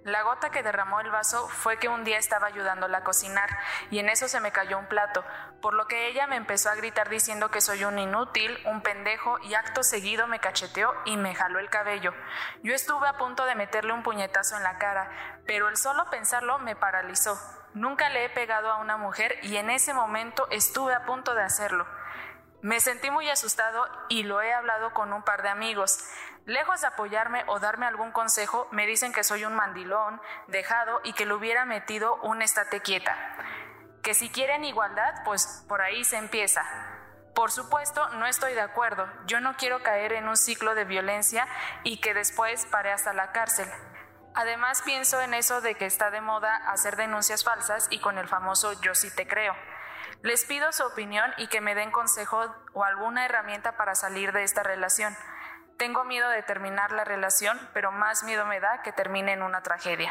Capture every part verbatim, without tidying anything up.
La gota que derramó el vaso fue que un día estaba ayudándola a cocinar y en eso se me cayó un plato, por lo que ella me empezó a gritar diciendo que soy un inútil, un pendejo, y acto seguido me cacheteó y me jaló el cabello. Yo estuve a punto de meterle un puñetazo en la cara, pero el solo pensarlo me paralizó. Nunca le he pegado a una mujer y en ese momento estuve a punto de hacerlo. Me sentí muy asustado y lo he hablado con un par de amigos. Lejos de apoyarme o darme algún consejo, me dicen que soy un mandilón, dejado y que le hubiera metido un estate quieta. Que si quieren igualdad, pues por ahí se empieza. Por supuesto, no estoy de acuerdo. Yo no quiero caer en un ciclo de violencia y que después pare hasta la cárcel. Además, pienso en eso de que está de moda hacer denuncias falsas y con el famoso yo sí te creo. Les pido su opinión y que me den consejo o alguna herramienta para salir de esta relación. Tengo miedo de terminar la relación, pero más miedo me da que termine en una tragedia.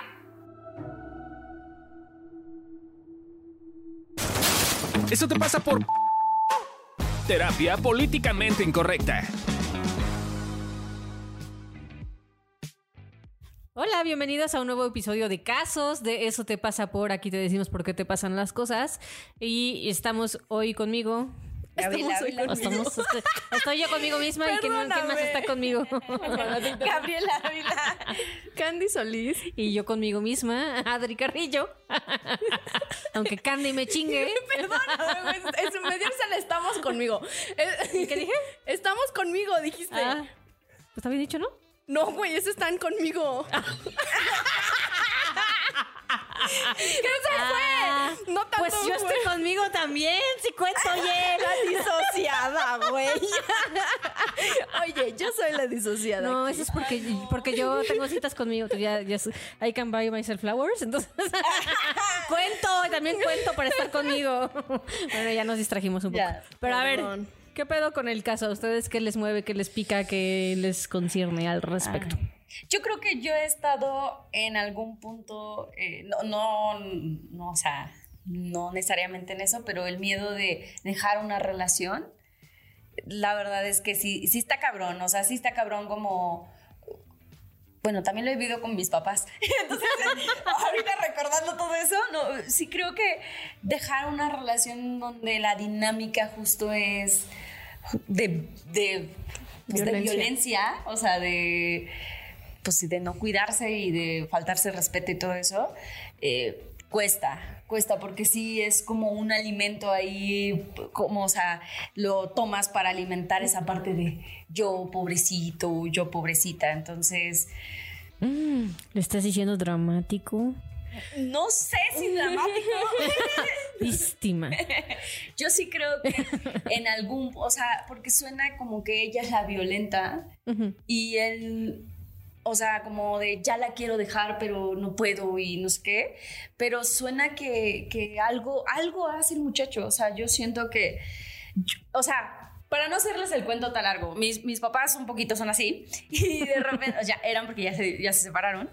Eso te pasa por terapia políticamente incorrecta. Hola, bienvenidos a un nuevo episodio de Casos de Eso te pasa por. Aquí te decimos por qué te pasan las cosas. Y estamos hoy conmigo. Gabriela, estamos, hoy estamos estoy, estoy yo conmigo misma. y ¿quién, ¿quién más está conmigo? Gabriela Ávila, Candy Solís. Y yo conmigo misma, Adri Carrillo. Aunque Candy me chingue. Perdona, es universal, estamos conmigo. ¿Qué dije? Estamos conmigo, dijiste. Ah, pues está bien dicho, ¿no? No, güey, esos están conmigo. ¿Qué se ah, fue? No tanto, pues yo güey. estoy conmigo también, si cuento, oye. La disociada, güey. Oye, yo soy la disociada. No, aquí. eso es porque, porque yo tengo citas conmigo. Ya, ya, I can buy myself flowers. Entonces, cuento, también cuento para estar conmigo. Bueno, ya nos distrajimos un poco. Ya, Pero perdón. a ver, ¿qué pedo con el caso? ¿A ustedes qué les mueve, qué les pica, qué les concierne al respecto? Ah. Yo creo que yo he estado en algún punto, eh, no, no, no, o sea, no necesariamente en eso, pero el miedo de dejar una relación, la verdad es que sí, sí está cabrón, o sea, sí está cabrón como... Bueno, también lo he vivido con mis papás. Entonces, ahorita recordando todo eso, no, sí creo que dejar una relación donde la dinámica justo es de, de, pues violencia. de violencia, o sea, de... pues de no cuidarse y de faltarse respeto y todo eso, eh, cuesta, cuesta, porque sí es como un alimento ahí, como, o sea, lo tomas para alimentar esa parte de yo pobrecito, yo pobrecita, entonces... Mm, ¿le estás diciendo dramático? No sé si dramático. Víctima. Yo sí creo que en algún, o sea, porque suena como que ella es la violenta uh-huh. y él... O sea, como de ya la quiero dejar, pero no puedo y no sé qué. Pero suena que, que algo, algo hace el muchacho. O sea, yo siento que... Yo, o sea, para no hacerles el cuento tan largo, mis, mis papás un poquito son así. Y de repente, o sea, eran porque ya se, ya se separaron.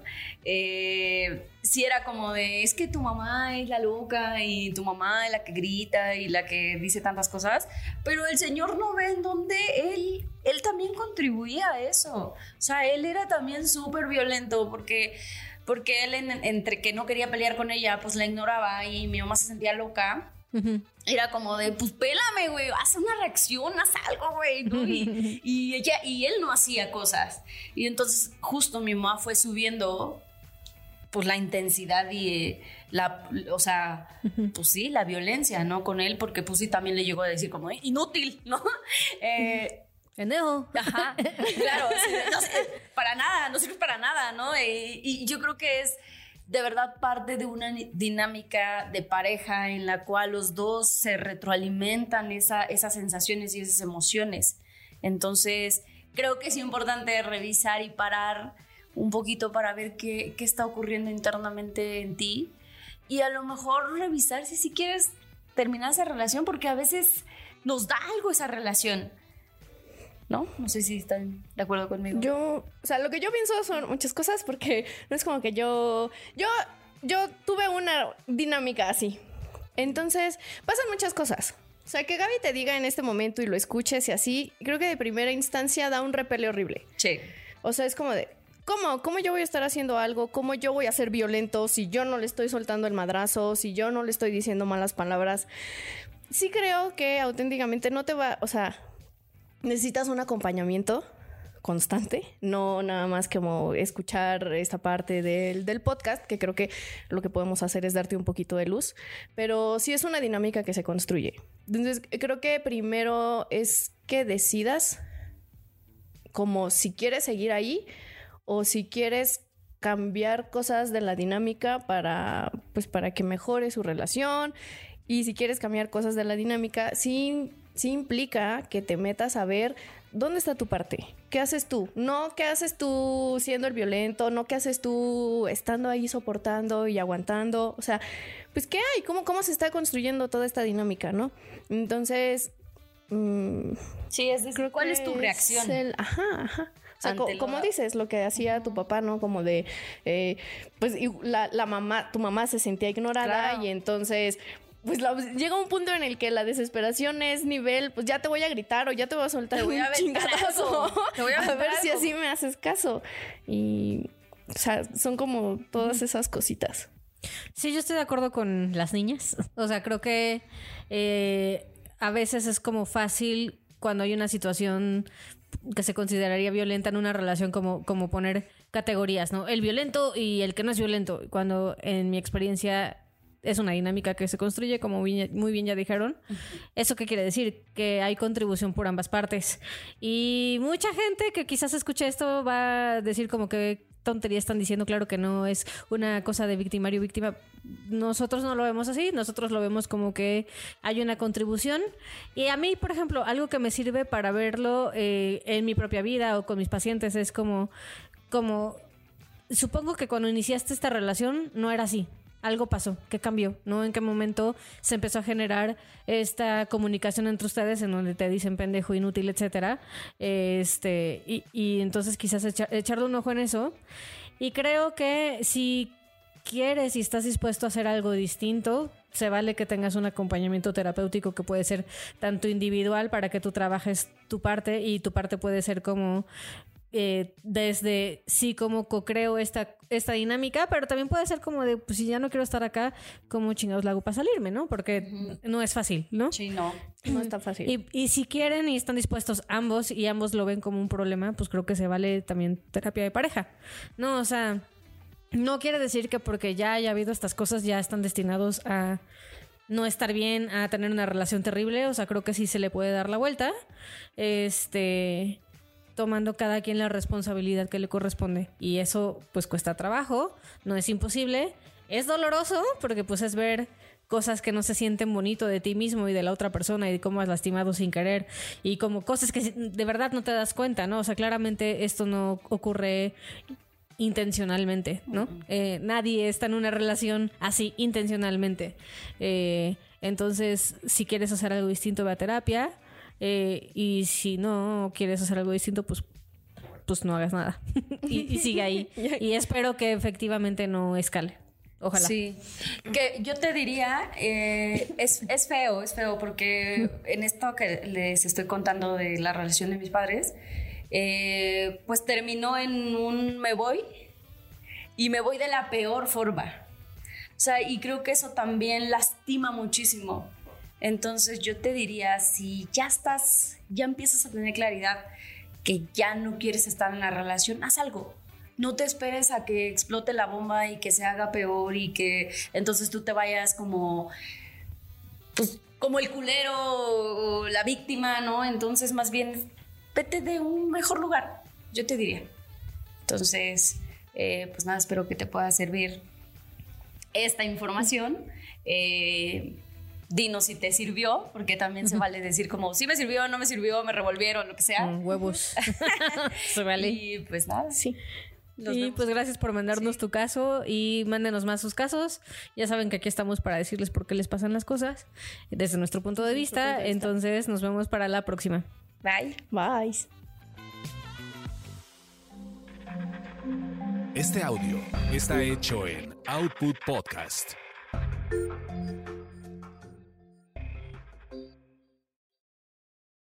Eh, sí era como de, es que tu mamá es la loca y tu mamá es la que grita y la que dice tantas cosas. Pero el señor no ve en dónde él... Él también contribuía a eso. O sea, él era también súper violento porque, porque él, en, entre que no quería pelear con ella, pues la ignoraba y mi mamá se sentía loca. Uh-huh. Era como de, pues pélame, güey, haz una reacción, haz algo, güey, ¿no? Y, y, ella, y él no hacía cosas. Y entonces justo mi mamá fue subiendo pues la intensidad y la, o sea, uh-huh. pues sí, la violencia, ¿no? Con él, porque pues sí también le llegó a decir como, inútil, ¿no? Eh... Pendejo. Ajá, claro, sí, no sé, para nada, no sirve para nada, ¿no? Y, y yo creo que es de verdad parte de una dinámica de pareja en la cual los dos se retroalimentan esa, esas sensaciones y esas emociones. Entonces, creo que es importante revisar y parar un poquito para ver qué, qué está ocurriendo internamente en ti y a lo mejor revisar si, si quieres terminar esa relación, porque a veces nos da algo esa relación. ¿No? No sé si están de acuerdo conmigo. Yo, o sea, lo que yo pienso son muchas cosas porque no es como que yo, yo, yo tuve una dinámica así. Entonces, pasan muchas cosas. O sea, que Gaby te diga en este momento y lo escuches y así, creo que de primera instancia da un repele horrible. Sí. O sea, es como de, ¿cómo? ¿Cómo yo voy a estar haciendo algo? ¿Cómo yo voy a ser violento si yo no le estoy soltando el madrazo? Si yo no le estoy diciendo malas palabras. Sí creo que auténticamente no te va... O sea, necesitas un acompañamiento constante, no nada más como escuchar esta parte del, del podcast, que creo que lo que podemos hacer es darte un poquito de luz, pero sí es una dinámica que se construye. Entonces creo que primero es que decidas como si quieres seguir ahí o si quieres cambiar cosas de la dinámica para, pues, para que mejore su relación. Y si quieres cambiar cosas de la dinámica, sí, sí implica que te metas a ver dónde está tu parte. ¿Qué haces tú? No qué haces tú siendo el violento, no qué haces tú estando ahí soportando y aguantando. O sea, pues ¿qué hay? ¿Cómo, cómo se está construyendo toda esta dinámica, no? Entonces... Mmm, sí, es decir, ¿cuál es tu reacción? Es el, ajá, ajá. O sea, co- como dices, lo que hacía tu papá, ¿no? Como de, eh, pues la, la mamá, tu mamá se sentía ignorada, claro. Y entonces... Pues la, llega un punto en el que la desesperación es nivel, pues ya te voy a gritar o ya te voy a soltar te voy un a chingadazo. Te voy a, a ver algo. Si así me haces caso. Y, o sea, son como todas uh-huh. esas cositas. Sí, yo estoy de acuerdo con las niñas. O sea, creo que eh, a veces es como fácil cuando hay una situación que se consideraría violenta en una relación, como, como poner categorías, ¿no? El violento y el que no es violento. Cuando en mi experiencia... es una dinámica que se construye, como muy bien ya dijeron. ¿Eso qué quiere decir? Que hay contribución por ambas partes. Y mucha gente que quizás escuche esto va a decir como que tonterías están diciendo. Claro que no es una cosa de victimario-víctima. Nosotros no lo vemos así. Nosotros lo vemos como que hay una contribución. Y a mí, por ejemplo, algo que me sirve para verlo eh, en mi propia vida o con mis pacientes es como... como supongo que cuando iniciaste esta relación no era así. Algo pasó, ¿qué cambió? ¿No? ¿En qué momento se empezó a generar esta comunicación entre ustedes en donde te dicen pendejo, inútil, etcétera? Este, y, y entonces quizás echa, echarle un ojo en eso. Y creo que si quieres y estás dispuesto a hacer algo distinto, se vale que tengas un acompañamiento terapéutico que puede ser tanto individual para que tú trabajes tu parte, y tu parte puede ser como... Eh, desde sí como co-creo esta, esta dinámica, pero también puede ser como de, pues si ya no quiero estar acá, ¿cómo chingados la hago para salirme, no? Porque uh-huh. no es fácil, ¿no? Sí, no. No está fácil. Y, y si quieren y están dispuestos ambos y ambos lo ven como un problema, pues creo que se vale también terapia de pareja, ¿no? O sea, no quiere decir que porque ya haya habido estas cosas ya están destinados a no estar bien, a tener una relación terrible. O sea, creo que sí se le puede dar la vuelta. Este... tomando cada quien la responsabilidad que le corresponde. Y eso pues cuesta trabajo, no es imposible, es doloroso porque pues es ver cosas que no se sienten bonito de ti mismo y de la otra persona y de cómo has lastimado sin querer y como cosas que de verdad no te das cuenta, ¿no? O sea, claramente esto no ocurre intencionalmente, ¿no? Uh-huh. Eh, nadie está en una relación así intencionalmente. Eh, entonces, si quieres hacer algo distinto, ve a terapia. Eh, y si no quieres hacer algo distinto, pues, pues no hagas nada. y, y sigue ahí. Y espero que efectivamente no escale. Ojalá. Sí. Que yo te diría, eh, es, es feo, es feo, porque en esto que les estoy contando de la relación de mis padres, eh, pues terminó en un me voy, y me voy de la peor forma. O sea, y creo que eso también lastima muchísimo. Entonces yo te diría, si ya estás, ya empiezas a tener claridad que ya no quieres estar en la relación, haz algo. No te esperes a que explote la bomba y que se haga peor y que entonces tú te vayas como, pues, como el culero o la víctima, ¿no? Entonces más bien vete de un mejor lugar, yo te diría. Entonces, eh, pues nada, espero que te pueda servir esta información. Eh... Dinos si te sirvió, porque también se vale decir como, sí me sirvió, no me sirvió, me revolvieron, lo que sea. Mm, huevos. Se vale. Y pues nada. Sí. Nos y vemos. Pues gracias por mandarnos sí. tu caso y mándenos más sus casos. Ya saben que aquí estamos para decirles por qué les pasan las cosas desde nuestro punto de vista. Punto de vista. Entonces nos vemos para la próxima. Bye. Bye. Este audio está hecho en Output Podcast.